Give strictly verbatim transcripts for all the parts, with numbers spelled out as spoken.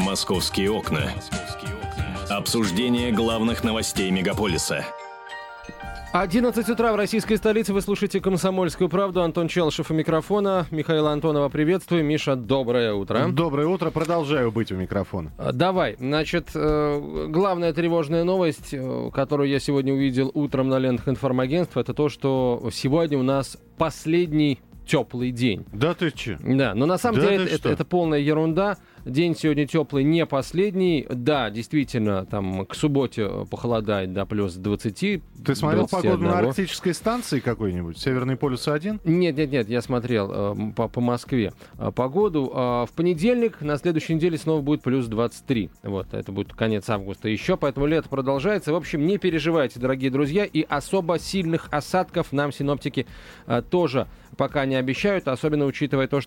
«Московские окна». Обсуждение главных новостей мегаполиса. одиннадцать утра в российской столице. Вы слушаете «Комсомольскую правду». Антон Челышев у микрофона. Михаила Антонова приветствую. Миша, доброе утро. Доброе утро. Продолжаю быть у микрофона. Давай. Значит, главная тревожная новость, которую я сегодня увидел утром на лентах информагентства, это то, что сегодня у нас последний теплый день. Да ты че? Да, но на самом да деле это, это, это полная ерунда. День сегодня теплый, не последний. Да, действительно, там к субботе похолодает до плюс двадцати. Ты смотрел погоду на арктической станции какой-нибудь? Северный полюс один? Нет, нет, нет, я смотрел э, по, по Москве э, погоду. Э, в понедельник, на следующей неделе снова будет плюс двадцать три. Вот, это будет конец августа еще, поэтому лето продолжается. В общем, не переживайте, дорогие друзья, и особо сильных осадков нам синоптики э, тоже пока не обещают, особенно учитывая то,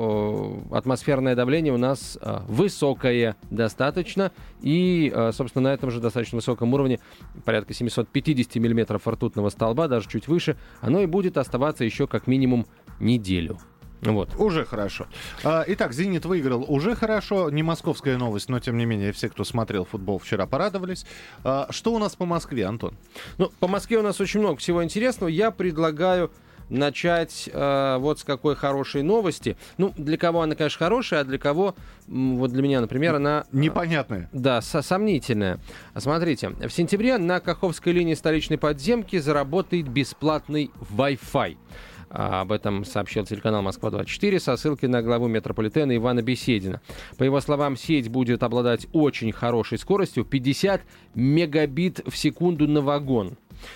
что э, атмосферное давление у нас э, высокое достаточно, и, э, собственно, на этом же достаточно высоком уровне, порядка семьсот пятьдесят миллиметров ртутного столба, даже чуть выше, оно и будет оставаться еще как минимум неделю. Вот. Уже хорошо. Итак, «Зенит» выиграл. Уже хорошо. Не московская новость, но, тем не менее, все, кто смотрел футбол вчера, порадовались. Что у нас по Москве, Антон? Ну, по Москве у нас очень много всего интересного. Я предлагаю начать э, вот с какой хорошей новости. Ну, для кого она, конечно, хорошая, а для кого, вот для меня, например, она... Непонятная. Э, да, со- сомнительная. Смотрите, в сентябре на Каховской линии столичной подземки заработает бесплатный Wi-Fi. Об этом сообщил телеканал «Москва-двадцать четыре» со ссылкой на главу метрополитена Ивана Беседина. По его словам, сеть будет обладать очень хорошей скоростью — пятьдесят мегабит в секунду на вагон.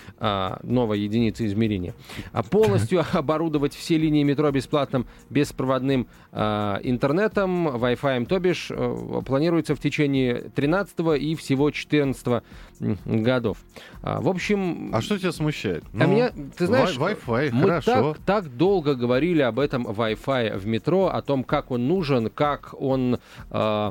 А, новая единица измерения. А полностью оборудовать все линии метро бесплатным беспроводным а, интернетом, Wi-Fi, то бишь, а, планируется в течение тринадцатого и всего четырнадцатого годов. А, в общем... А что тебя смущает? А ну, меня, ты знаешь, Wi-Fi, мы хорошо. Так, так долго говорили об этом Wi-Fi в метро, о том, как он нужен, как он... А,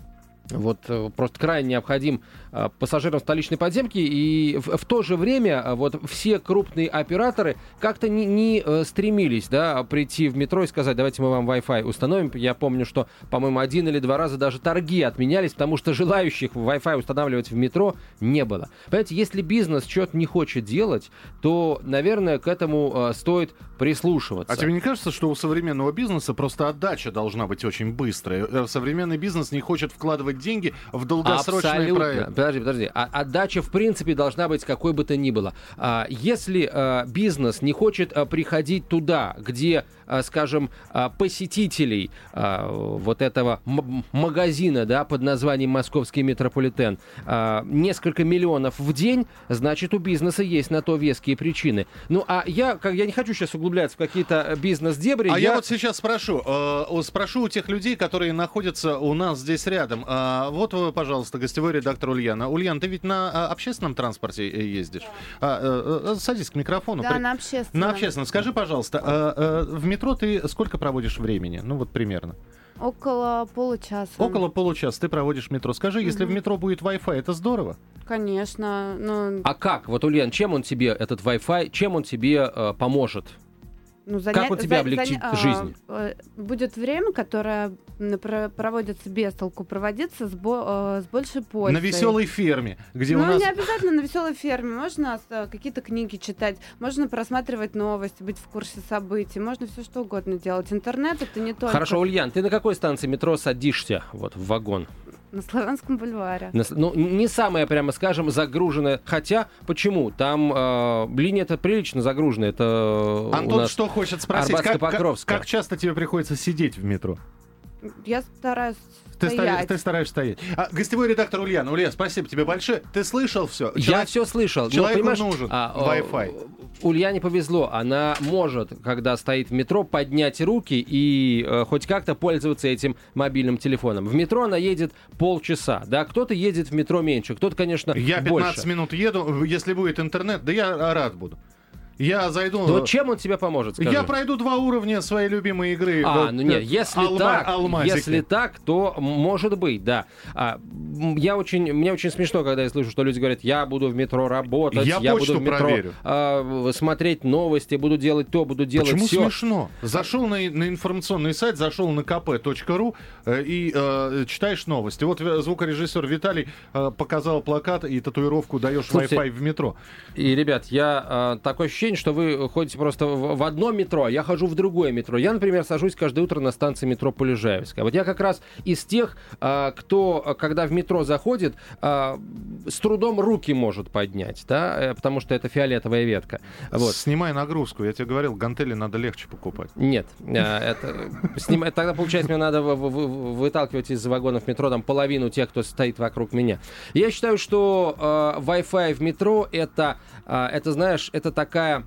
вот просто крайне необходим э, пассажирам столичной подземки, и в, в то же время э, вот все крупные операторы как-то не, не э, стремились, да, прийти в метро и сказать: давайте мы вам Wi-Fi установим. Я помню, что, по-моему, один или два раза даже торги отменялись, потому что желающих Wi-Fi устанавливать в метро не было. Понимаете, если бизнес что-то не хочет делать, то, наверное, к этому э, стоит прислушиваться. А тебе не кажется, что у современного бизнеса просто отдача должна быть очень быстрая? Современный бизнес не хочет вкладывать деньги в долгосрочные Абсолютно. проекты. Подожди, подожди. А, отдача, в принципе, должна быть какой бы то ни было. А, если а, бизнес не хочет а, приходить туда, где, а, скажем, а, посетителей а, вот этого м- магазина, да, под названием «Московский метрополитен», а, несколько миллионов в день, значит, у бизнеса есть на то веские причины. Ну, а я, как, я не хочу сейчас углубляться в какие-то бизнес-дебри. А я... я вот сейчас спрошу, э, спрошу у тех людей, которые находятся у нас здесь рядом. Э, вот вы, пожалуйста, гостевой редактор Ульяна. Ульян, ты ведь на а, общественном транспорте ездишь? А, э, э, садись к микрофону. Да, При... на общественном. На общественном. Скажи, пожалуйста, э, э, в метро ты сколько проводишь времени? Ну вот примерно. Около получаса. Около получаса ты проводишь в метро. Скажи, Угу. если в метро будет Wi-Fi, это здорово? Конечно. Но... А как? Вот, Ульян, чем он тебе, этот Wi-Fi, чем он тебе э, поможет? Ну, заня... Как он тебе за... облегчит заня... жизнь? А, будет время, которое проводится без толку, проводиться с, бо... с большей пользой. На веселой ферме, где ну, у нас... не обязательно на веселой ферме. Можно какие-то книги читать, можно просматривать новости, быть в курсе событий, можно все что угодно делать. Интернет — это не только... Хорошо, Ульян, ты на какой станции метро садишься вот в вагон? На Славянском бульваре. На, ну, не самая, прямо скажем, загруженная. Хотя, почему? Там э, линия-то прилично загружена. Это Антон у нас что хочет спросить? Как, как, как часто тебе приходится сидеть в метро? Я стараюсь Ты, стоять. Ста- ты стараешься стоять. А, гостевой редактор Ульян. Ульян, спасибо тебе большое. Ты слышал все? Я Человек... все слышал. Человеку Но, нужен а, Wi-Fi. Ульяне повезло. Она может, когда стоит в метро, поднять руки и э, хоть как-то пользоваться этим мобильным телефоном. В метро она едет полчаса. Да, кто-то едет в метро меньше, кто-то, конечно, Я больше. пятнадцать минут еду. Если будет интернет, да я рад буду. Я зайду... Ну вот чем он тебе поможет, скажи? Я пройду два уровня своей любимой игры. А, ну нет, если Алма... так, Алмазики. если так, то может быть, да. А, я очень, мне очень смешно, когда я слышу, что люди говорят, я буду в метро работать, я, я буду в метро а, смотреть новости, буду делать то, буду делать Почему все. смешно? Зашел на, на информационный сайт, зашел на ка пэ точка ру э, и э, читаешь новости. Вот звукорежиссер Виталий э, показал плакат и татуировку «Даешь Слушайте, Wi-Fi в метро». И, ребят, я э, такое ощущение, что вы ходите просто в, в одно метро, а я хожу в другое метро. Я, например, сажусь каждое утро на станции метро Полежаевская. Вот я как раз из тех, э, кто, когда в метро заходит, э, с трудом руки может поднять, да, э, потому что это фиолетовая ветка. Вот. Снимай нагрузку. Я тебе говорил, гантели надо легче покупать. Нет. Э, это, сним... Тогда, получается, мне надо в, в, в, выталкивать из вагонов метро там половину тех, кто стоит вокруг меня. Я считаю, что э, Wi-Fi в метро это, э, это, знаешь, это такая...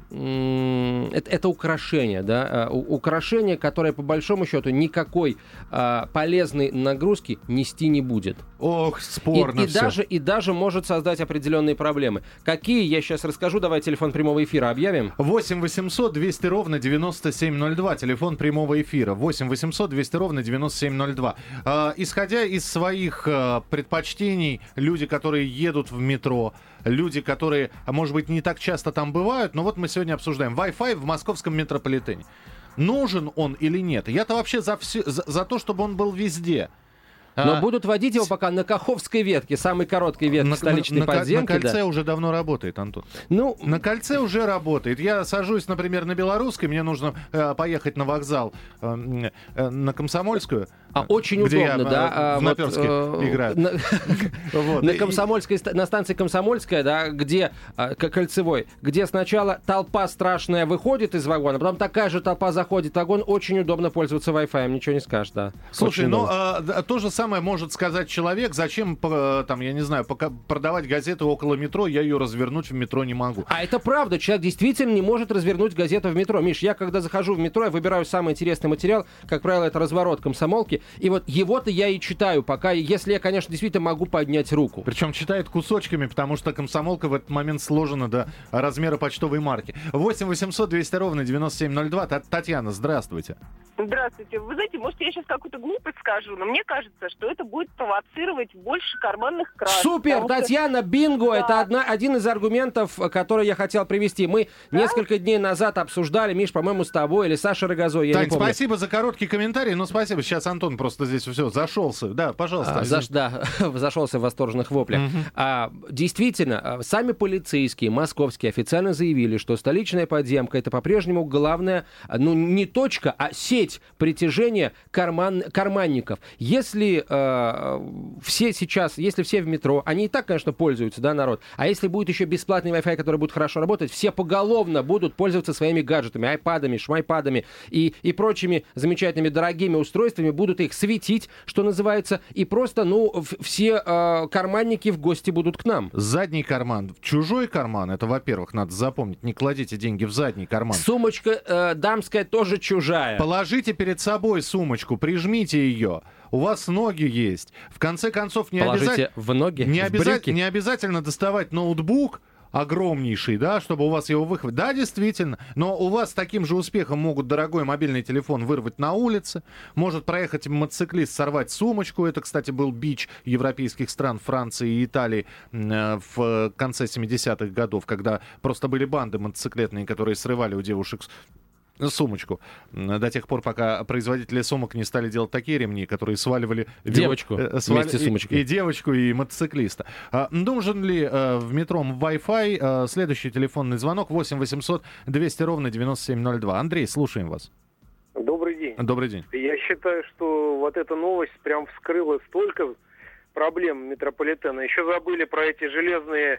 М- это, это украшение, да, э, украшение, которое, по большому счету, никакой э, полезной нагрузки нести не будет. Ох, спорно и, и все. даже И даже может создать определенные проблемы. Какие, я сейчас расскажу. Давай телефон прямого эфира объявим. восемь восемьсот двести ровно девяносто семь ноль два. Телефон прямого эфира. восемь восемьсот двести ровно девяносто семь ноль два. Э, исходя из своих э, предпочтений, люди, которые едут в метро, люди, которые, может быть, не так часто там бывают, но вот мы сегодня обсуждаем Wi-Fi в московском метрополитене. Нужен он или нет? Я-то вообще за, все, за, за то, чтобы он был везде. Но а, будут водить его пока на Каховской ветке, самой короткой ветке на, столичной на, подземки. На кольце да. уже давно работает, Антон. Ну, на кольце уже работает. Я сажусь, например, на Белорусской, мне нужно э, поехать на вокзал э, э, на Комсомольскую. А очень где удобно, я, да. В вот, Наперске э, играю. На, вот. на, Комсомольской, на станции Комсомольская, да, где э, кольцевой, где сначала толпа страшная выходит из вагона, потом такая же толпа заходит в вагон, очень удобно пользоваться Wi-Fi, ничего не скажешь, да. Слушай, ну э, то же самое может сказать человек, зачем, э, там, я не знаю, пока продавать газеты около метро, я ее развернуть в метро не могу. А это правда, человек действительно не может развернуть газету в метро. Миш, я когда захожу в метро, я выбираю самый интересный материал, как правило, это разворот комсомолки, и вот его-то я и читаю, пока, если я, конечно, действительно могу поднять руку. Причем читает кусочками, потому что комсомолка в этот момент сложена до размера почтовой марки. восемь восемьсот двести ровно девяносто семь ноль два. Татьяна, здравствуйте. Здравствуйте. Вы знаете, может, я сейчас какую-то глупость скажу, но мне кажется, что это будет провоцировать больше карманных краж. Супер, что... Татьяна, бинго! Да. Это одна, один из аргументов, который я хотел привести. Мы да? несколько дней назад обсуждали, Миш, по-моему, с тобой или Сашей Рогозой, я Тань, не помню. Спасибо за короткий комментарий, ну спасибо. Сейчас Антон просто здесь все зашелся. Да, пожалуйста. А, заш, да, зашелся в восторженных воплях. Угу. А, действительно, сами полицейские, московские, официально заявили, что столичная подземка — это по-прежнему главная, ну, не точка, а сеть притяжения карман, карманников. Если э, все сейчас, если все в метро, они и так, конечно, пользуются, да, народ, а если будет еще бесплатный Wi-Fi, который будет хорошо работать, все поголовно будут пользоваться своими гаджетами, айпадами, шмайпадами и, и прочими замечательными дорогими устройствами, будут их светить, что называется, и просто, ну, в, все э, карманники в гости будут к нам. Задний карман, чужой карман, это, во-первых, надо запомнить, не кладите деньги в задний карман. Сумочка э, дамская тоже чужая. Положите перед собой сумочку, прижмите ее. У вас ноги есть. В конце концов, не, обяза... в ноги, не, в обяза... не обязательно доставать ноутбук огромнейший, да, чтобы у вас его выхватить. Да, действительно, но у вас с таким же успехом могут дорогой мобильный телефон вырвать на улице, может проехать мотоциклист, сорвать сумочку. Это, кстати, был бич европейских стран Франции и Италии э, в конце семидесятых годов, когда просто были банды мотоциклетные, которые срывали у девушек сумочку. До тех пор, пока производители сумок не стали делать такие ремни, которые сваливали девочку э, свали... вместе с сумочкой. И, и девочку, и мотоциклиста. А, нужен ли э, в метро Wi-Fi? А, следующий телефонный звонок восемь восемьсот двести ровно девяносто семь ноль два. Андрей, слушаем вас. Добрый день. Добрый день. Я считаю, что вот эта новость прям вскрыла столько проблем метрополитена. Еще забыли про эти железные,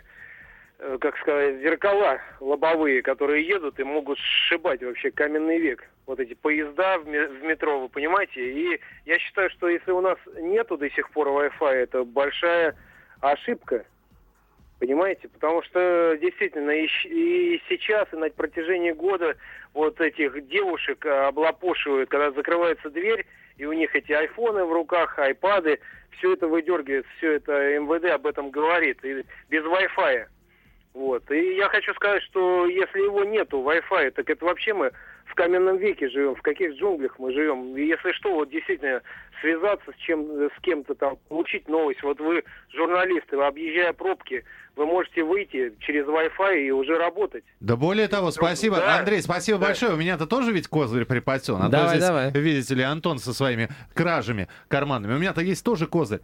как сказать, зеркала лобовые, которые едут и могут сшибать вообще каменный век. Вот эти поезда в метро, вы понимаете? И я считаю, что если у нас нету до сих пор Wi-Fi, это большая ошибка. Понимаете? Потому что действительно и, и сейчас, и на протяжении года вот этих девушек облапошивают, когда закрывается дверь, и у них эти айфоны в руках, айпады, все это выдергивается, все это эм вэ дэ об этом говорит. И без Wi-Fi. Вот. И я хочу сказать, что если его нету, Wi-Fi, так это вообще мы в каменном веке живем, в каких джунглях мы живем. И если что, вот действительно связаться с чем, с кем-то там, получить новость. Вот вы, журналисты, вы, объезжая пробки, вы можете выйти через Wi-Fi и уже работать. Да более того, спасибо. Да. Андрей, спасибо да. большое. У меня-то тоже ведь козырь припасен. А давай, то здесь, давай. видите ли, Антон со своими кражами карманными. У меня-то есть тоже козырь.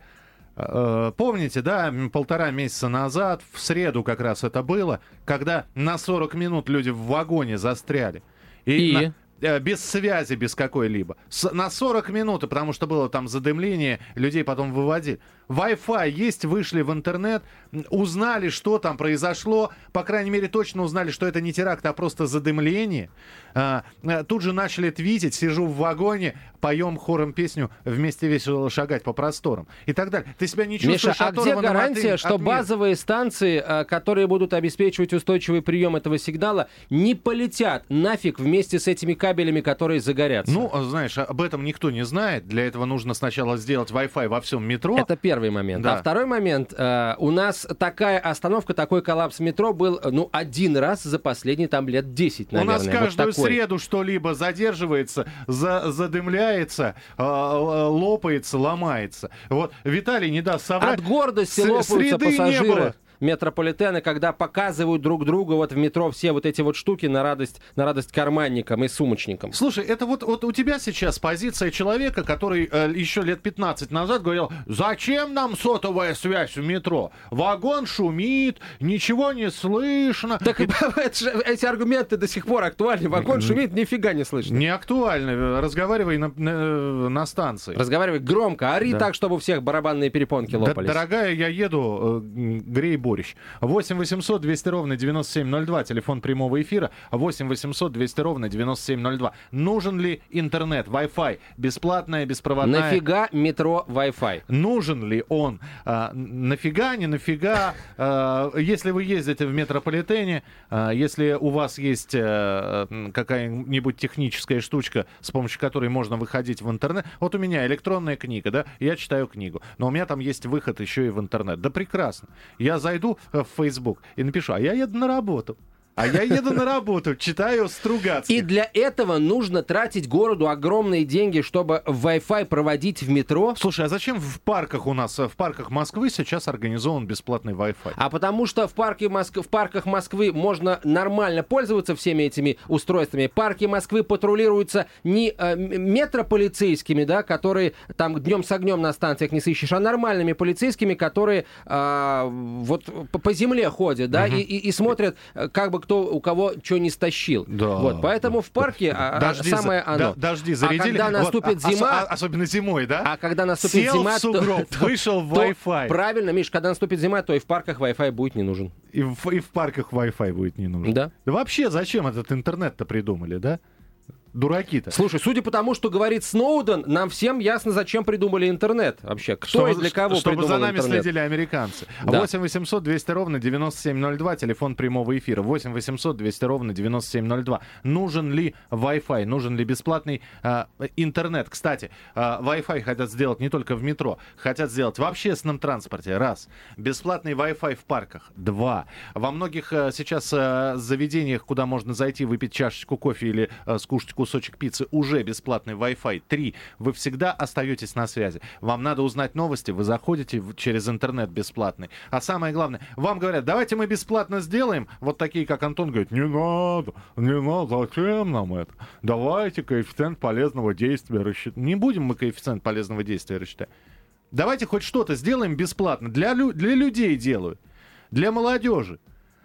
Помните, да, полтора месяца назад, в среду как раз это было, когда на сорок минут люди в вагоне застряли. И, И? На, без связи, без какой-либо. С, на сорок минут, потому что было там задымление, людей потом выводили. Wi-Fi есть, вышли в интернет, узнали, что там произошло, по крайней мере, точно узнали, что это не теракт, а просто задымление. А, тут же начали твитить, сижу в вагоне, поем хором песню «Вместе весело шагать по просторам» и так далее. Ты себя не чувствуешь Миша, а где гарантия, что базовые станции, которые будут обеспечивать устойчивый прием этого сигнала, не полетят нафиг вместе с этими кабелями, которые загорятся? Ну, знаешь, об этом никто не знает. Для этого нужно сначала сделать Wi-Fi во всем метро. Это первый момент. Да. А второй момент. Э, у нас такая остановка, такой коллапс метро был, ну, один раз за последние там лет десять, наверное. У нас каждую вот такой. среду что-либо задерживается, за, задымляется, э, лопается, ломается. Вот Виталий не даст соврать. От гордости С- лопаются среды не пассажиры было. метрополитена, когда показывают друг другу вот в метро все вот эти вот штуки на радость, на радость карманникам и сумочникам. Слушай, это вот, вот у тебя сейчас позиция человека, который э, еще лет пятнадцать назад говорил, зачем нам сотовая связь в метро? Вагон шумит, ничего не слышно. Так И- это же- эти аргументы до сих пор актуальны. Вагон шумит, нифига не слышно. Не актуально. Разговаривай на, на, на станции. Разговаривай громко, ори Да. так, чтобы у всех барабанные перепонки Да, лопались. дорогая, я еду, э, грей борщ. восемь восемьсот двести ровно девяносто семь ноль два, телефон прямого эфира. восемь восемьсот двести ровно девяносто семь ноль два. Нужен ли интернет, Wi-Fi, бесплатная, беспроводная? Нафига метро Wi-Fi? Нужен ли он? А, нафига, не нафига? А, если вы ездите в метрополитене, а, если у вас есть а, какая-нибудь техническая штучка, с помощью которой можно выходить в интернет. Вот у меня электронная книга, да, я читаю книгу, но у меня там есть выход еще и в интернет. Да прекрасно. Я зайду в Facebook и напишу, а я еду на работу. А я еду на работу, читаю Стругацких. И для этого нужно тратить городу огромные деньги, чтобы Wi-Fi проводить в метро. Слушай, а зачем в парках у нас, в парках Москвы сейчас организован бесплатный Wi-Fi? А потому что в, парке Моск... в парках Москвы можно нормально пользоваться всеми этими устройствами. Парки Москвы патрулируются не э, метрополицейскими, да, которые там днем с огнем на станциях не сыщешь, а нормальными полицейскими, которые э, вот по, по земле ходят, да, Мгм. и, и, и смотрят, э, как бы кто у кого что не стащил. Да. Вот, поэтому в парке а, Дожди, самое за- оно. да, дожди зарядили. А когда наступит Вот, а- зима, ос- а- особенно зимой, да? а когда наступит Сел зима, в сугроб, то, вышел в то- Wi-Fi. Правильно, Миш, когда наступит зима, то и в парках Wi-Fi будет не нужен. И в, и в парках Wi-Fi будет не нужен. Да. Да вообще, зачем этот интернет-то придумали, да? Дураки-то. Слушай, судя по тому, что говорит Сноуден, нам всем ясно, зачем придумали интернет вообще. Кто Чтобы, и для кого чтобы придумал за нами интернет. следили американцы. Да. восемь восемьсот двести ровно девяносто семь ноль два, телефон прямого эфира. восемь восемьсот двести ровно девяносто семь ноль два. Нужен ли Wi-Fi, нужен ли бесплатный а, интернет? Кстати, а, Wi-Fi хотят сделать не только в метро, хотят сделать в общественном транспорте. Раз. Бесплатный Wi-Fi в парках. Два. Во многих а, сейчас а, заведениях, куда можно зайти, выпить чашечку кофе или а, скушать кусочек пиццы, уже бесплатный Wi-Fi. Три. Вы всегда остаетесь на связи. Вам надо узнать новости, вы заходите в- через интернет бесплатный. А самое главное, вам говорят, давайте мы бесплатно сделаем. Вот такие, как Антон, говорят, не надо, не надо, зачем нам это? Давайте коэффициент полезного действия рассчитать. Не будем мы коэффициент полезного действия рассчитать. Давайте хоть что-то сделаем бесплатно. Для, лю- для людей делают. Для молодежи.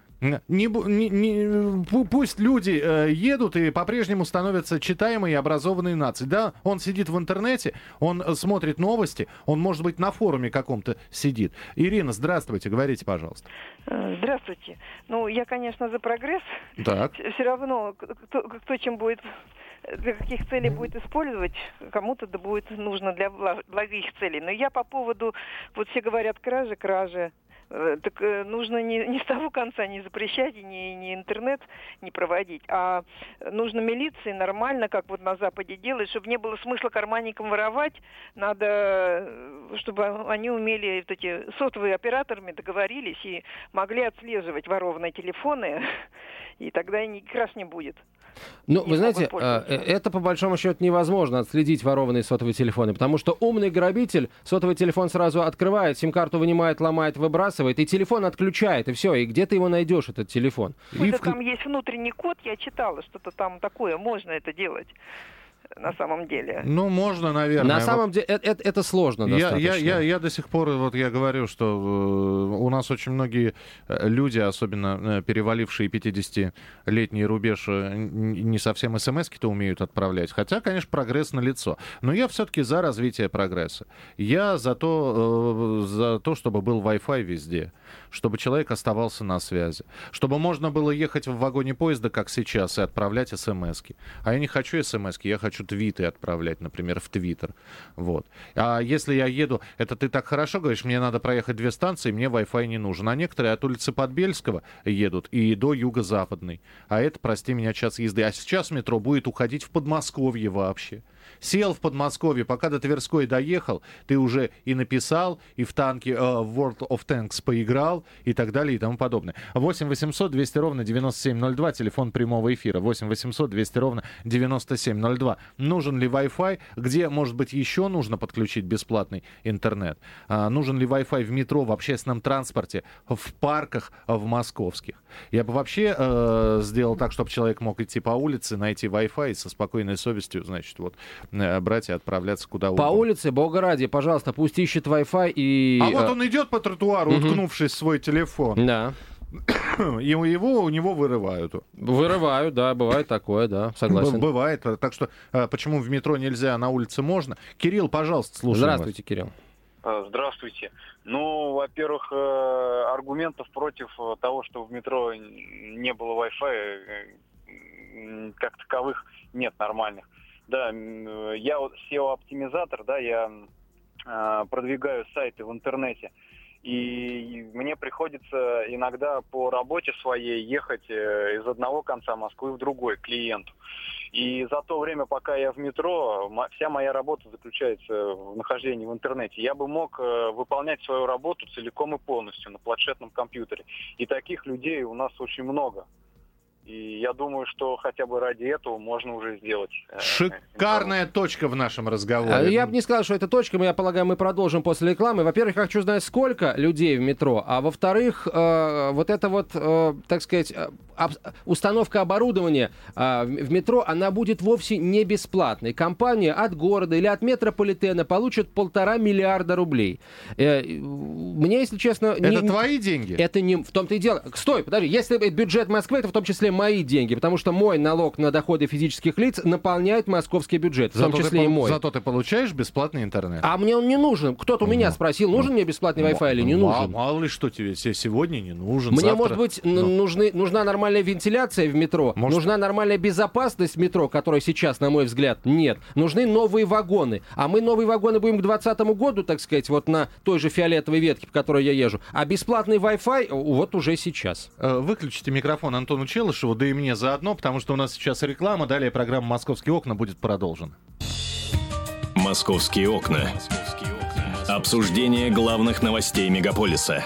Не, бу- не- не- пу- пусть люди э, едут и по-прежнему становятся читаемой и образованной нацией. Да, он сидит в интернете, он э, смотрит новости, он, может быть, на форуме каком-то сидит. Ирина, здравствуйте, говорите, пожалуйста. Э, Здравствуйте. Ну, я, конечно, за прогресс. Так. Все равно, кто, кто чем будет, для каких целей будет использовать, кому-то да будет нужно для бла- благих целей. Но я по поводу, вот все говорят, кражи, кражи. Так нужно не, не с того конца не запрещать и не, не интернет не проводить, а нужно милиции нормально, как вот на Западе делают, чтобы не было смысла карманникам воровать. Надо, чтобы они умели, вот эти сотовые операторами договорились и могли отслеживать ворованные телефоны, и тогда и как раз не будет. Ну, вы знаете, это по большому счету невозможно отследить ворованные сотовые телефоны, потому что умный грабитель сотовый телефон сразу открывает, сим-карту вынимает, ломает, выбрасывает, и телефон отключает, и все, и где ты его найдешь, этот телефон? Это в... там есть внутренний код, я читала, что-то там такое, можно это делать. На самом деле. Ну, можно, наверное. На самом деле, это, это, это сложно я, достаточно. Я, я, я до сих пор, вот я говорю, что э, у нас очень многие люди, особенно э, перевалившие пятидесятилетний рубеж, э, не совсем смс-ки-то умеют отправлять. Хотя, конечно, прогресс налицо. Но я все-таки за развитие прогресса. Я за то, э, за то, чтобы был Wi-Fi везде. Чтобы человек оставался на связи. Чтобы можно было ехать в вагоне поезда, как сейчас, и отправлять смс-ки. А я не хочу смс-ки, я хочу твиты отправлять, например, в Твиттер. Вот. А если я еду... Это ты так хорошо говоришь, мне надо проехать две станции, мне Wi-Fi не нужен. А некоторые от улицы Подбельского едут и до Юго-Западной. А это, прости меня, час езды. А сейчас метро будет уходить в Подмосковье вообще. Сел в Подмосковье, пока до Тверской доехал, ты уже и написал, и в танке э, World of Tanks поиграл, и так далее, и тому подобное. восемь восемьсот двести ровно девяносто семь ноль два, телефон прямого эфира. восемь восемьсот двести ровно девяносто семь ноль два. Нужен ли Wi-Fi? Где, может быть, еще нужно подключить бесплатный интернет? А, нужен ли Wi-Fi в метро, в общественном транспорте, в парках, в московских? Я бы вообще э, сделал так, чтобы человек мог идти по улице, найти Wi-Fi и со спокойной совестью, значит, вот, брать и отправляться куда угодно. По улице, бога ради, пожалуйста, пусть ищет Wi-Fi и... А вот он идет по тротуару, угу. уткнувшись в свой телефон. Да. И его, у него вырывают. Вырывают, да, бывает такое, да, согласен. Бывает. Так что почему в метро нельзя, а на улице можно? Кирилл, пожалуйста, слушаем. Здравствуйте, вас. Кирилл. Здравствуйте. Ну, во-первых, аргументов против того, что в метро не было Wi-Fi, как таковых нет нормальных. Да, я сео-оптимизатор, да, я э, продвигаю сайты в интернете, и мне приходится иногда по работе своей ехать из одного конца Москвы в другой к клиенту. И за то время, пока я в метро, вся моя работа заключается в нахождении в интернете. Я бы мог выполнять свою работу целиком и полностью на планшетном компьютере. И таких людей у нас очень много. И я думаю, что хотя бы ради этого можно уже сделать. Шикарная э, точка в нашем разговоре. Я бы не сказал, что это точка. Я полагаю, мы продолжим после рекламы. Во-первых, я хочу знать, сколько людей в метро. А во-вторых, э, вот эта вот, э, так сказать, э, об, установка оборудования э, в метро, она будет вовсе не бесплатной. Компания от города или от метрополитена получит полтора миллиарда рублей. Э, мне, если честно... Это не, твои деньги? Это не в том-то и дело. Стой, подожди. Если бюджет Москвы, это в том числе мои деньги, потому что мой налог на доходы физических лиц наполняет московский бюджет, в зато том числе ты, и мой. Зато ты получаешь бесплатный интернет. А мне он не нужен. Кто-то у меня спросил, нужен мне бесплатный Wi-Fi или не нужен. Мало ли что тебе сегодня не нужен. Мне, завтра... может быть, Но... нужны, нужна нормальная вентиляция в метро, может... нужна нормальная безопасность в метро, которой сейчас, на мой взгляд, нет. Нужны новые вагоны. А мы новые вагоны будем к двадцатому году, так сказать, вот на той же фиолетовой ветке, по которой я езжу. А бесплатный Wi-Fi вот уже сейчас. Выключите микрофон Антону Челышеву, да и мне заодно, потому что у нас сейчас реклама, далее программа «Московские окна» будет продолжена. «Московские окна». Обсуждение главных новостей мегаполиса.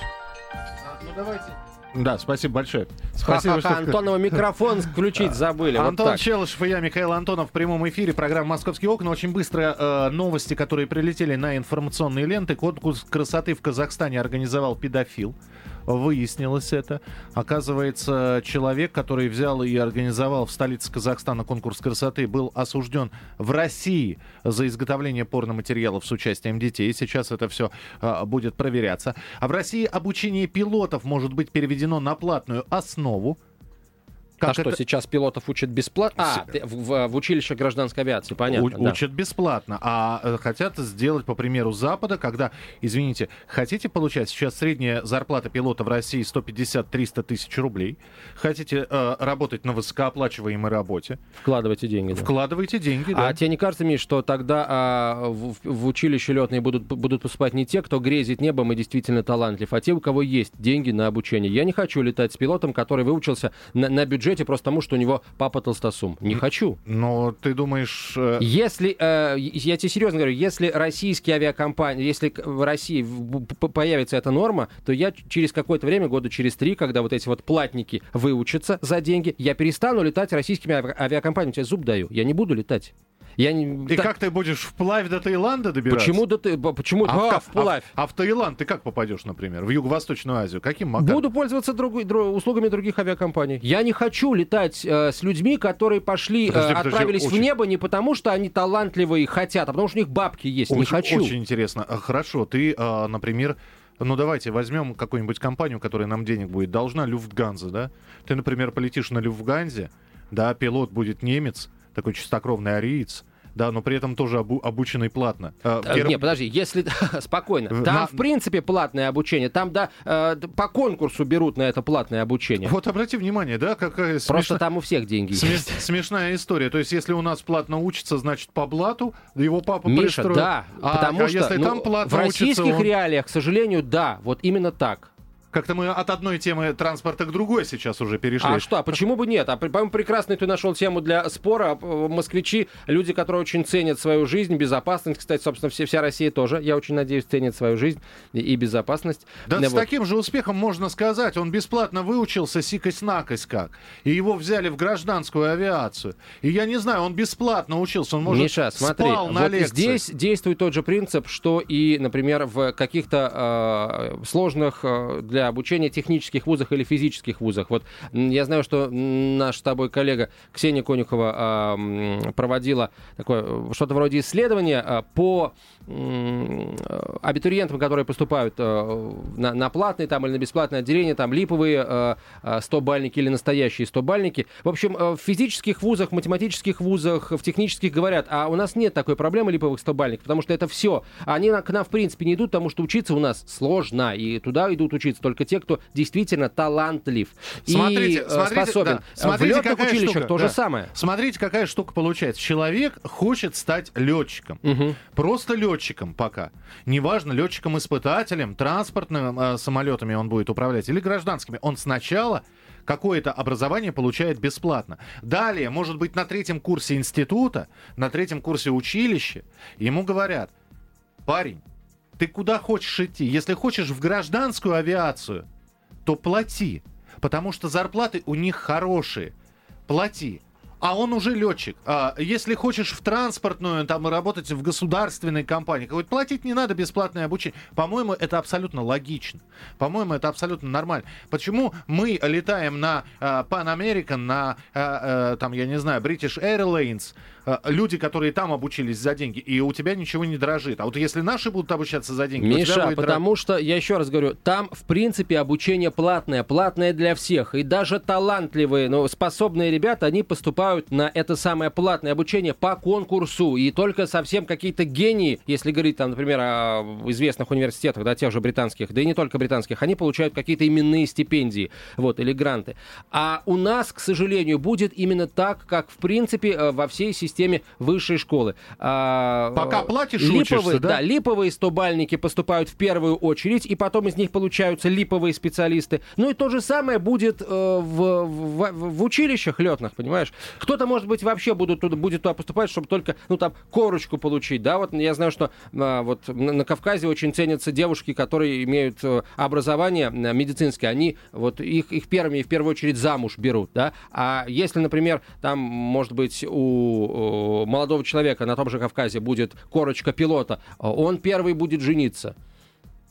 Ну давайте. Да, спасибо большое. Спасибо, Ха-ха-ха, что... Антонова микрофон включить забыли. Антон вот Челышев и я, Михаил Антонов, в прямом эфире. Программа «Московские окна». Очень быстро э, новости, которые прилетели на информационные ленты. Конкурс красоты в Казахстане организовал педофил. Выяснилось это. Оказывается, человек, который взял и организовал в столице Казахстана конкурс красоты, был осужден в России за изготовление порноматериалов с участием детей. Сейчас это все а, будет проверяться. А в России обучение пилотов может быть переведено на платную основу. Как а что, это... сейчас пилотов учат бесплатно? А, С... в, в, в училищах гражданской авиации, понятно. У, да. Учат бесплатно, а э, хотят сделать, по примеру Запада, когда, извините, хотите получать, сейчас средняя зарплата пилота в России сто пятьдесят - триста тысяч рублей, хотите э, работать на высокооплачиваемой работе, вкладывайте деньги. Да. Вкладывайте деньги, да. А тебе не кажется, Миш, что тогда а, в, в училище летные будут, будут поступать не те, кто грезит небом и действительно талантлив, а те, у кого есть деньги на обучение? Я не хочу летать с пилотом, который выучился на, на бюджете просто потому, что у него папа толстосум. Не хочу. Но ты думаешь... Э... Если, э, я тебе серьезно говорю, если российские авиакомпании, если в России появится эта норма, то я через какое-то время, года через три, когда вот эти вот платники выучатся за деньги, я перестану летать российскими ави- авиакомпаниями. Я тебе зуб даю. Я не буду летать. Я не... И Та... как ты будешь вплавь до Таиланда добираться? Почему до ты... Почему? А, А, вплавь. А, а в Таиланд ты как попадешь, например? В Юго-Восточную Азию? Каким макаром? Буду пользоваться друг... друг... услугами других авиакомпаний. Я не хочу летать э, с людьми, которые пошли, подожди, э, подожди, отправились очень... в небо не потому, что они талантливые и хотят, а потому что у них бабки есть. Очень, не хочу. Очень интересно. Хорошо, ты, э, например... Ну, давайте возьмем какую-нибудь компанию, которая нам денег будет должна, Люфтганза, да? Ты, например, полетишь на Люфтганзе, да, пилот будет немец, такой чистокровный ариец, да, но при этом тоже обу- обученный платно. Э, Гер... Не, подожди, если... Спокойно. Там, на... в принципе, платное обучение. Там, да, э, по конкурсу берут на это платное обучение. Вот обрати внимание, да, какая Просто смешна... там у всех деньги Смеш... есть. Смешная история. То есть, если у нас платно учится, значит, по блату его папа Миша, пристроил. да, а, потому а что если ну, там платно в российских учится, он... реалиях, к сожалению, да, вот именно так. Как-то мы от одной темы транспорта к другой сейчас уже перешли. А что, а почему бы нет? А, по-моему, прекрасную ты нашел тему для спора. Москвичи, люди, которые очень ценят свою жизнь, безопасность. Кстати, собственно, все, вся Россия тоже, я очень надеюсь, ценит свою жизнь и, и безопасность. Да, вот. С таким же успехом можно сказать, он бесплатно выучился сикось-накось как. И его взяли в гражданскую авиацию. И я не знаю, он бесплатно учился, он, может, Миша, смотри, спал на вот лекции. Здесь действует тот же принцип, что и, например, в каких-то э, сложных э, для обучения технических вузах или физических вузах. Вот я знаю, что наш с тобой коллега Ксения Конюхова э, проводила такое что-то вроде исследования э, по э, абитуриентам, которые поступают э, на, на платные там, или на бесплатное отделение, там липовые э, сто-бальники или настоящие сто-бальники. В общем, в физических вузах, математических вузах, в технических говорят, а у нас нет такой проблемы липовых сто-бальников, потому что это все. Они к нам, в принципе, не идут, потому что учиться у нас сложно, и туда идут учиться только те, кто действительно талантлив смотрите, и смотрите, способен. Да, смотрите, в летных какая училищах штука, то да. же самое. Смотрите, какая штука получается. Человек хочет стать летчиком. Угу. Просто летчиком пока. Неважно, летчиком-испытателем, транспортными э, самолетами он будет управлять или гражданскими. Он сначала какое-то образование получает бесплатно. Далее, может быть, на третьем курсе института, на третьем курсе училища ему говорят: парень, ты куда хочешь идти? Если хочешь в гражданскую авиацию, то плати, потому что зарплаты у них хорошие. Плати. А он уже летчик. А если хочешь в транспортную, там, работать в государственной компании, какой-то платить не надо, бесплатное обучение. По-моему, это абсолютно логично. По-моему, это абсолютно нормально. Почему мы летаем на uh, Pan American, на, uh, uh, там, я не знаю, British Airlines, uh, люди, которые там обучились за деньги, и у тебя ничего не дрожит. А вот если наши будут обучаться за деньги, Миша, у тебя будет потому дрожить. что, я еще раз говорю, там, в принципе, обучение платное, платное для всех. И даже талантливые, но способные ребята, они поступают на это самое платное обучение по конкурсу. И только совсем какие-то гении, если говорить, там, например, о известных университетах, да, тех же британских, да и не только британских, они получают какие-то именные стипендии, вот, или гранты. А у нас, к сожалению, будет именно так, как, в принципе, во всей системе высшей школы. А, Пока платишь, липовые, учишься, да? Да, липовые сто-бальники поступают в первую очередь, и потом из них получаются липовые специалисты. Ну и то же самое будет э, в, в, в училищах летных, понимаешь? Кто-то, может быть, вообще будут туда, будет туда поступать, чтобы только, ну, там, корочку получить, да, вот я знаю, что а, вот на, на Кавказе очень ценятся девушки, которые имеют а, образование а, медицинское, они вот их, их первыми и в первую очередь замуж берут, да, а если, например, там, может быть, у, у молодого человека на том же Кавказе будет корочка пилота, он первый будет жениться.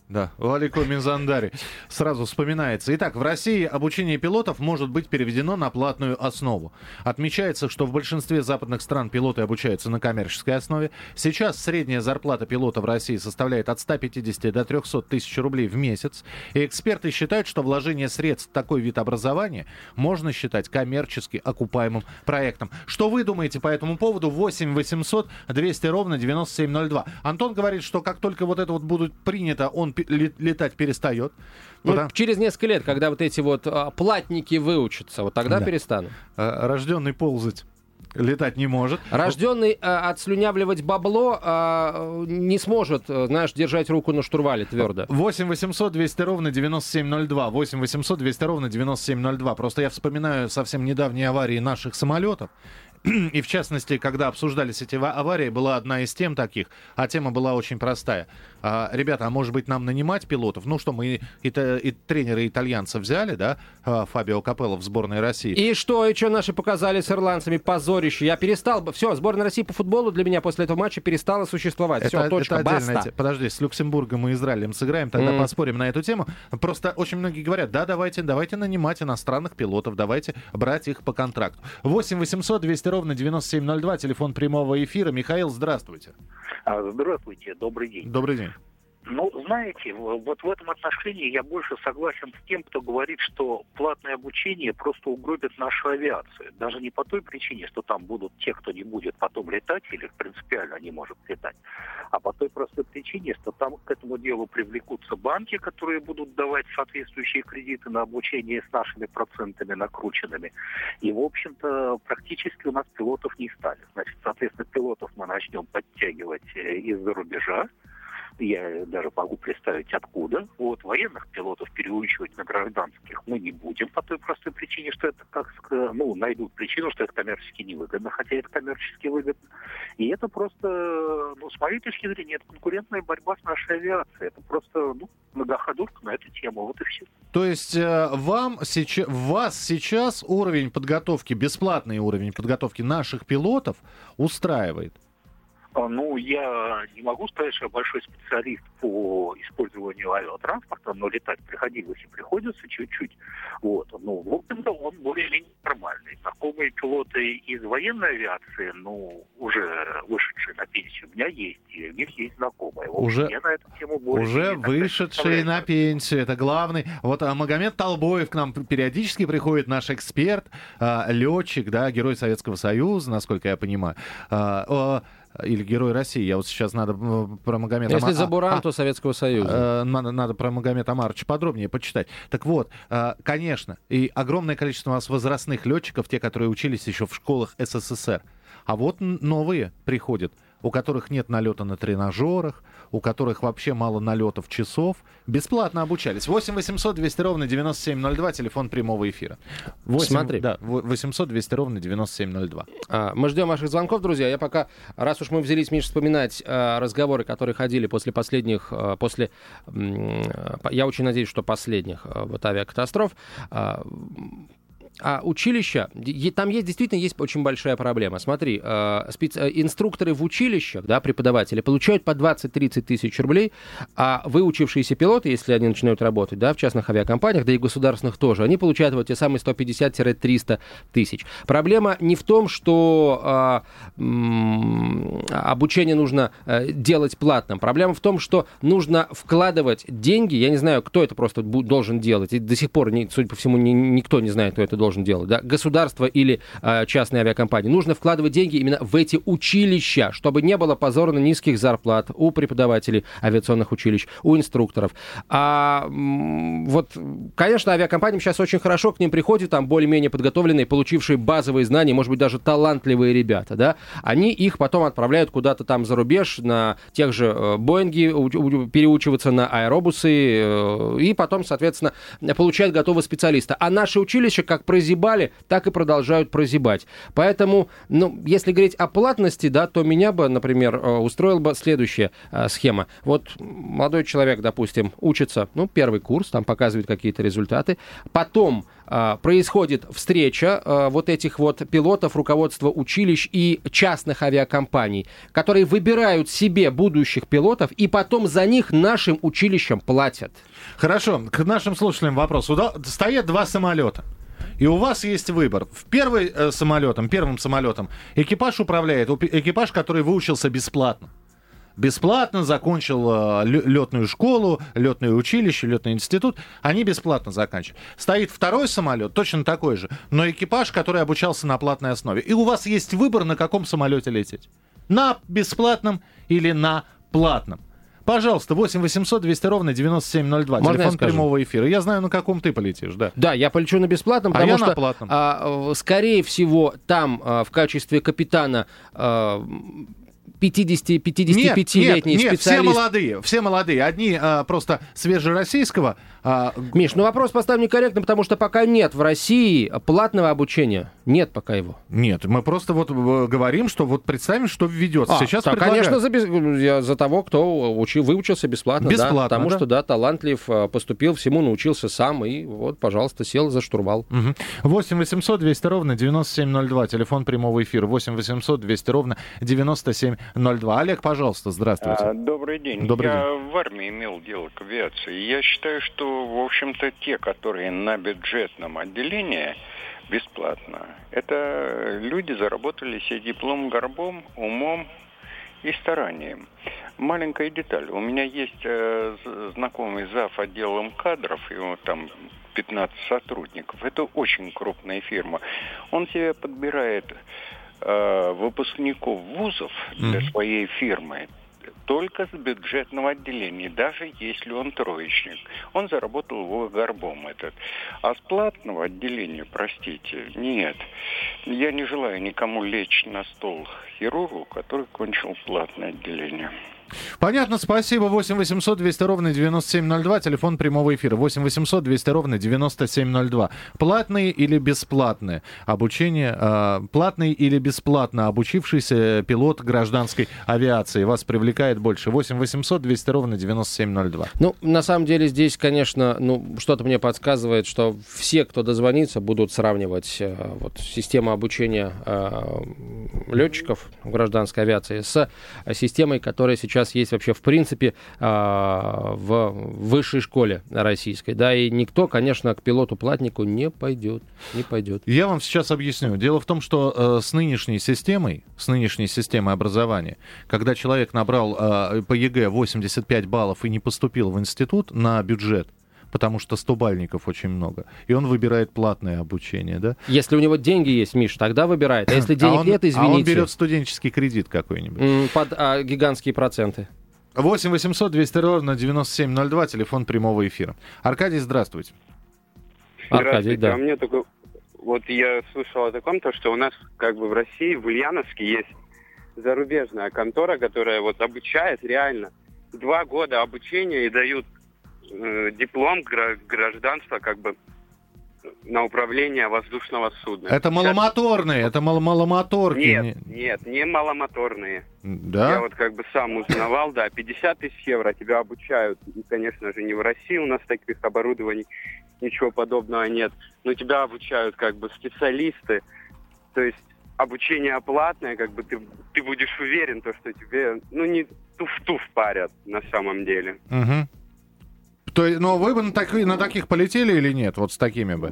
Да, Валико Минзандари. Сразу вспоминается. Итак, в России обучение пилотов может быть переведено на платную основу. Отмечается, что в большинстве западных стран пилоты обучаются на коммерческой основе. Сейчас средняя зарплата пилота в России составляет от ста пятидесяти до трехсот тысяч рублей в месяц. И эксперты считают, что вложение средств в такой вид образования можно считать коммерчески окупаемым проектом. Что вы думаете по этому поводу? восемь восемьсот двести ровно девяносто семь ноль два. Антон говорит, что как только вот это вот будет принято, он летать перестает. Ну, Потому... Через несколько лет, когда вот эти вот а, платники выучатся, вот тогда да. перестанут. А, рожденный ползать летать не может. Рожденный а, отслюнявливать бабло а, не сможет, знаешь, держать руку на штурвале твердо. восемь восемьсот двести ровно девяносто семь ноль два. восемь восемьсот двести ровно девяносто семь ноль два. Просто я вспоминаю совсем недавние аварии наших самолетов. И в частности, когда обсуждались эти аварии, была одна из тем таких, а тема была очень простая. А, ребята, а может быть нам нанимать пилотов? Ну что, мы и, и, и тренера итальянца взяли, да, Фабио Капелло в сборной России. И что, и что наши показали с ирландцами? Позорище. Я перестал, все, сборная России по футболу для меня после этого матча перестала существовать. Все, это, точка, это баста. Подожди, с Люксембургом и Израилем сыграем, тогда mm. поспорим на эту тему. Просто очень многие говорят, да, давайте, давайте нанимать иностранных пилотов, давайте брать их по контракту. восемь восемьсот двести ровно девяносто семь ноль два, телефон прямого эфира. Михаил, здравствуйте. Здравствуйте, добрый день. Добрый день. Ну, знаете, вот в этом отношении я больше согласен с тем, кто говорит, что платное обучение просто угробит нашу авиацию. Даже не по той причине, что там будут те, кто не будет потом летать, или принципиально не может летать, а по той простой причине, что там к этому делу привлекутся банки, которые будут давать соответствующие кредиты на обучение с нашими процентами накрученными. И, в общем-то, практически у нас пилотов не стали. Значит, соответственно, пилотов мы начнем подтягивать из-за рубежа. Я даже могу представить, откуда. Вот, военных пилотов переучивать на гражданских мы не будем по той простой причине, что это, как ну, найдут причину, что это коммерчески невыгодно, хотя это коммерчески выгодно. И это просто, ну, с моей точки зрения, это конкурентная борьба с нашей авиацией. Это просто, ну, многоходовка на эту тему. Вот и все. То есть э, вам сейчас, вас сейчас уровень подготовки, бесплатный уровень подготовки наших пилотов устраивает? Ну, я не могу сказать, что я большой специалист по использованию авиатранспорта, но летать приходилось и приходится чуть-чуть. Вот. Ну, в общем-то, он более-менее нормальный. Знакомые пилоты из военной авиации, ну, уже вышедшие на пенсию, у меня есть, и у них есть знакомые. Вот уже я на эту тему более уже вышедшие на пенсию, это главный. Вот а, Магомед Толбоев к нам периодически приходит, наш эксперт, а, летчик, да, герой Советского Союза, насколько я понимаю. А, а, или Герой России. Я вот сейчас надо про Магомеда... Если Ама... за Буран, а, то Советского Союза. А, надо, надо про Магомеда Амаровича подробнее почитать. Так вот, а, конечно, и огромное количество у нас возрастных летчиков, те, которые учились еще в школах СССР. А вот новые приходят, у которых нет налета на тренажерах, у которых вообще мало налетов часов, бесплатно обучались. восемь восемьсот двести ровно девяносто семь ноль два, телефон прямого эфира. восемь, Смотри. Да, восемьсот двести ровно девяносто семь ноль два. А, мы ждем ваших звонков, друзья. Я пока, раз уж мы взялись, Миша, вспоминать а, разговоры, которые ходили после последних, а, после, а, я очень надеюсь, что последних а, вот авиакатастроф, а, А училища, там есть действительно есть очень большая проблема. Смотри, э, специ... инструкторы в училищах, да, преподаватели, получают по двадцать-тридцать тысяч рублей, а выучившиеся пилоты, если они начинают работать, да, в частных авиакомпаниях, да и государственных тоже, они получают вот те самые сто пятьдесят-триста тысяч. Проблема не в том, что э, м- обучение нужно э, делать платным. Проблема в том, что нужно вкладывать деньги. Я не знаю, кто это просто должен делать. И до сих пор, не, судя по всему, ни, никто не знает, кто это должен делать, да, государство или э, частные авиакомпании. Нужно вкладывать деньги именно в эти училища, чтобы не было позорно низких зарплат у преподавателей авиационных училищ, у инструкторов. А м- вот, конечно, авиакомпаниям сейчас очень хорошо, к ним приходят там более-менее подготовленные, получившие базовые знания, может быть, даже талантливые ребята, да, они их потом отправляют куда-то там за рубеж, на тех же э, Боинги, у- у- переучиваться на аэробусы, э, и потом, соответственно, получают готового специалиста. А наши училища, как правило, прозябали, так и продолжают прозябать. Поэтому, ну, если говорить о платности, да, то меня бы, например, устроила бы следующая э, схема. Вот молодой человек, допустим, учится, ну, первый курс, там показывает какие-то результаты, потом э, происходит встреча э, вот этих вот пилотов, руководства училищ и частных авиакомпаний, которые выбирают себе будущих пилотов и потом за них нашим училищам платят. Хорошо, к нашим слушателям вопрос. Уда- Стоят два самолета. И у вас есть выбор. В первый э, самолетом, первым самолетом экипаж управляет, экипаж, который выучился бесплатно. Бесплатно закончил э, летную школу, летное училище, летный институт. Они бесплатно заканчивают. Стоит второй самолет, точно такой же, но экипаж, который обучался на платной основе. И у вас есть выбор, на каком самолете лететь. На бесплатном или на платном. Пожалуйста, восемь восемьсот двести ровно девяносто семь ноль два. Можно телефон прямого эфира. Я знаю, на каком ты полетишь, да. Да, я полечу на бесплатном, а потому я что, на платном. А, скорее всего, там а, в качестве капитана а, пятидесятипятилетний нет, нет, специалист. Все молодые, все молодые. Одни а, просто свежероссийского. А... Миш, ну вопрос поставлен некорректно, потому что пока нет в России платного обучения. Нет пока его. Нет, мы просто вот говорим, что вот представим, что введется. А, Сейчас да, предлагаю... конечно, за, без... я за того, кто учи... выучился бесплатно. Бесплатно, да, потому да? что, да, талантлив, поступил, всему научился сам, и вот, пожалуйста, сел за штурвал. Угу. восемь восемьсот двести ровно девяносто семь ноль два. Телефон прямого эфира. восемь восемьсот двести ровно девяносто семь ноль два. Олег, пожалуйста, здравствуйте. А, добрый день. Добрый я день. в армии имел дело к авиации. Я считаю, что, в общем-то, те, которые на бюджетном отделении бесплатно, это люди заработали себе диплом горбом, умом и старанием. Маленькая деталь. У меня есть э, знакомый зав. Отделом кадров, его там пятнадцать сотрудников. Это очень крупная фирма. Он себе подбирает э, выпускников вузов для mm-hmm. своей фирмы только с бюджетного отделения, даже если он троечник. Он заработал его горбом этот. А с платного отделения, простите, нет. Я не желаю никому лечь на стол хирургу, который кончил платное отделение. Понятно, спасибо. восемь восемьсот двести ровно девяносто семь ноль два. Телефон прямого эфира. восемь восемьсот двести ровно девяносто семь ноль два. Платные или бесплатные обучение? Э, платный или бесплатно обучившийся пилот гражданской авиации вас привлекает больше? восемь восемьсот двести ровно девяносто семь ноль два. Ну, на самом деле здесь, конечно, ну, что-то мне подсказывает, что все, кто дозвонится, будут сравнивать э, вот, систему обучения э, летчиков гражданской авиации с системой, которая сейчас есть вообще в принципе в высшей школе российской. Да, и никто, конечно, к пилоту-платнику не пойдет. Не пойдет. Я вам сейчас объясню. Дело в том, что э, с нынешней системой, с нынешней системой образования, когда человек набрал э, по ЕГЭ восемьдесят пять баллов и не поступил в институт на бюджет, потому что стобальников очень много, и он выбирает платное обучение, да? Если у него деньги есть, Миш, тогда выбирает. А если денег а он, нет, извините. А он берет студенческий кредит какой-нибудь. Под а, гигантские проценты. восемь восемьсот двести ровно девяносто семь ноль два, телефон прямого эфира. Аркадий, здравствуйте. Здравствуйте. Аркадий, да. А мне только... Вот я слышал о таком, то, что у нас как бы в России, в Ульяновске есть зарубежная контора, которая вот обучает реально два года обучения и дают диплом гражданства как бы на управление воздушного судна. Это маломоторные, это мал- маломоторки. Нет, нет, не маломоторные. Да? Я вот как бы сам узнавал, да, пятьдесят тысяч евро тебя обучают. И, конечно же, не в России у нас таких оборудований, ничего подобного нет. Но тебя обучают как бы специалисты. То есть обучение платное, как бы ты, ты будешь уверен, то, что тебе, ну, не туф-туф парят на самом деле. Угу. То, но вы бы на, так, на таких полетели или нет? Вот с такими бы?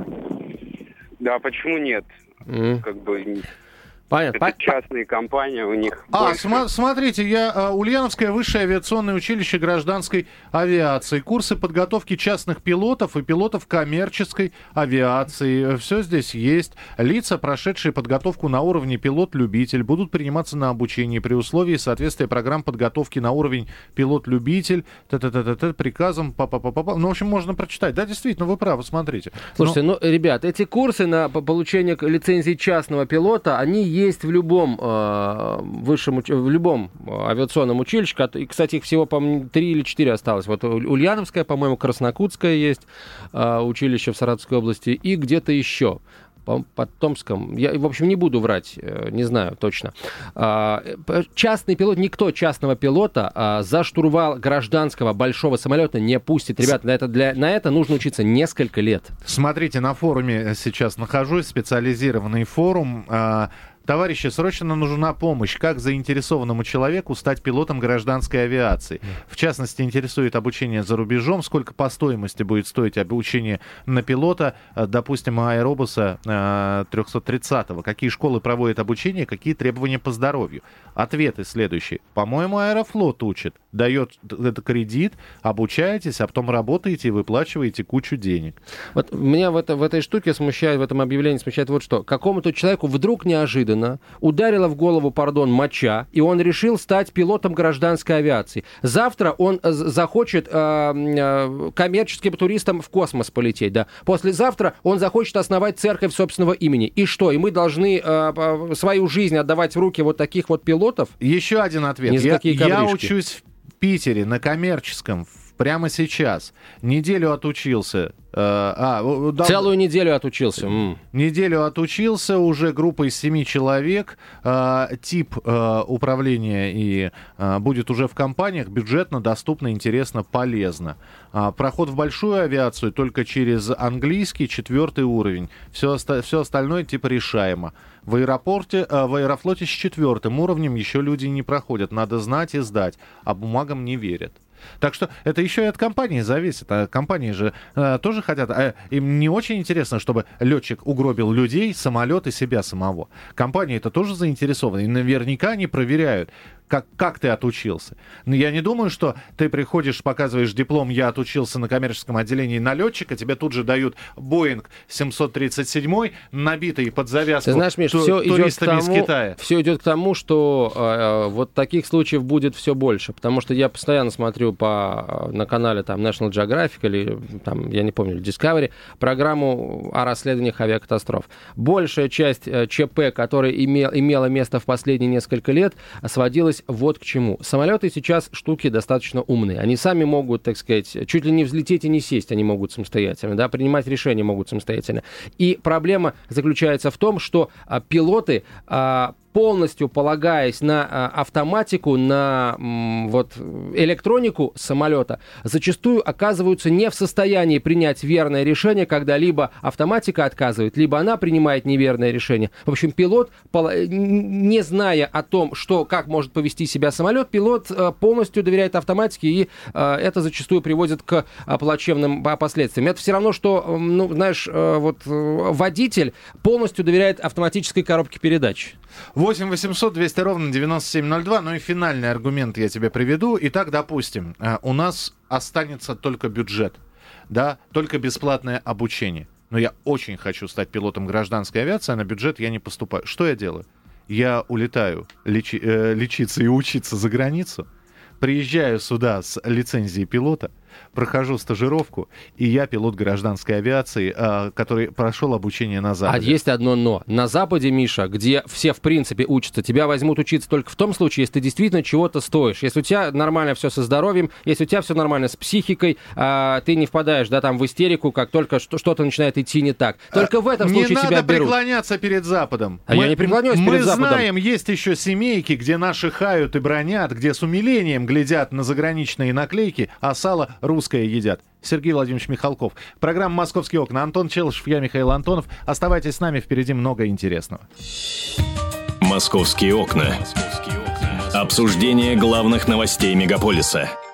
Да, почему нет? Mm. Как бы... Понятно. Это частные компании, у них А, больше... см- смотрите, я Ульяновское высшее авиационное училище гражданской авиации. Курсы подготовки частных пилотов и пилотов коммерческой авиации. Все здесь есть. Лица, прошедшие подготовку на уровне пилот-любитель, будут приниматься на обучение при условии соответствия программ подготовки на уровень пилот-любитель, т-т-т-т-т, приказом, па-па-па-па. Ну, в общем, можно прочитать. Да, действительно, вы правы, смотрите. Слушайте, Но... ну, ребят, эти курсы на получение лицензии частного пилота, они есть в любом э, высшем, в любом авиационном училище. И, кстати, их всего, по-моему, три или четыре осталось. Вот Ульяновское, по-моему, Краснокутское есть э, училище в Саратовской области и где-то еще. под Томском. Я, в общем, не буду врать, не знаю точно. Частный пилот, никто частного пилота за штурвал гражданского большого самолета не пустит. Ребята, на это, для, на это нужно учиться несколько лет. Смотрите, на форуме сейчас нахожусь, специализированный форум. Товарищи, срочно нужна помощь. Как заинтересованному человеку стать пилотом гражданской авиации? В частности, интересует обучение за рубежом. Сколько по стоимости будет стоить обучение на пилота, допустим, аэробуса триста тридцатого? Какие школы проводят обучение, какие требования по здоровью? Ответы следующие. По-моему, Аэрофлот учит. Дает это кредит, обучаетесь, а потом работаете и выплачиваете кучу денег. Вот меня в, это, в этой штуке смущает, в этом объявлении смущает вот что. Какому-то человеку вдруг неожиданно ударила в голову, пардон, моча, и он решил стать пилотом гражданской авиации. Завтра он захочет э, э, коммерческим туристам в космос полететь, да. Послезавтра он захочет основать церковь собственного имени. И что? И мы должны э, свою жизнь отдавать в руки вот таких вот пилотов? Еще один ответ. Я, я учусь в Питере на коммерческом прямо сейчас. Неделю отучился. А, да, Целую неделю отучился. Неделю отучился, уже группа из семи человек. А, тип а, управления и а, будет уже в компаниях. Бюджетно, доступно, интересно, полезно. А, проход в большую авиацию только через английский, четвертый уровень. Все, оста- все остальное типа решаемо. В аэропорте, а, в Аэрофлоте с четвертым уровнем еще люди не проходят. Надо знать и сдать, а бумагам не верят. Так что это еще и от компании зависит. А компании же э, тоже хотят... Э, им не очень интересно, чтобы летчик угробил людей, самолет и себя самого. Компании это тоже заинтересованы. И наверняка они проверяют, как, как ты отучился. Но я не думаю, что ты приходишь, показываешь диплом, я отучился на коммерческом отделении на летчика, тебе тут же дают Боинг семьсот тридцать семь, набитый под завязку. Ты знаешь, Миш, ту- все идет к тому, из Китая. Все идет к тому, что э, вот таких случаев будет все больше. Потому что я постоянно смотрю по, на канале там, National Geographic или, там, я не помню, Discovery, программу о расследованиях авиакатастроф. Большая часть э, ЧП, которая имел, имела место в последние несколько лет, сводилась вот к чему. Самолеты сейчас штуки достаточно умные. Они сами могут, так сказать, чуть ли не взлететь и не сесть, они могут самостоятельно, да, принимать решения могут самостоятельно. И проблема заключается в том, что а, пилоты... А, полностью полагаясь на а, автоматику, на м, вот, электронику самолета, зачастую оказываются не в состоянии принять верное решение, когда либо автоматика отказывает, либо она принимает неверное решение. В общем, пилот, не зная о том, что, как может повести себя самолет, пилот а, полностью доверяет автоматике, и а, это зачастую приводит к а, плачевным последствиям. Это все равно, что, ну, знаешь, а, вот, водитель полностью доверяет автоматической коробке передач. восемь восемьсот двести ровно девяносто семь ноль два. Ну и финальный аргумент я тебе приведу. Итак, допустим, у нас останется только бюджет, да, только бесплатное обучение. Но я очень хочу стать пилотом гражданской авиации, а на бюджет я не поступаю. Что я делаю? Я улетаю лечи- э, лечиться и учиться за границу, приезжаю сюда с лицензией пилота, прохожу стажировку, и я пилот гражданской авиации, э, который прошел обучение на Западе. А есть одно но. На Западе, Миша, где все, в принципе, учатся, тебя возьмут учиться только в том случае, если ты действительно чего-то стоишь. Если у тебя нормально все со здоровьем, если у тебя все нормально с психикой, э, ты не впадаешь, да, там, в истерику, как только что-то начинает идти не так. Только а, в этом случае тебя берут. Не надо преклоняться перед Западом. А мы, я не преклоняюсь перед Западом. Мы знаем, есть еще семейки, где наши хают и бронят, где с умилением глядят на заграничные наклейки, а сало русское едят. Сергей Владимирович Михалков. Программа «Московские окна». Антон Челышев, я Михаил Антонов. Оставайтесь с нами, впереди много интересного. «Московские окна». Обсуждение главных новостей мегаполиса.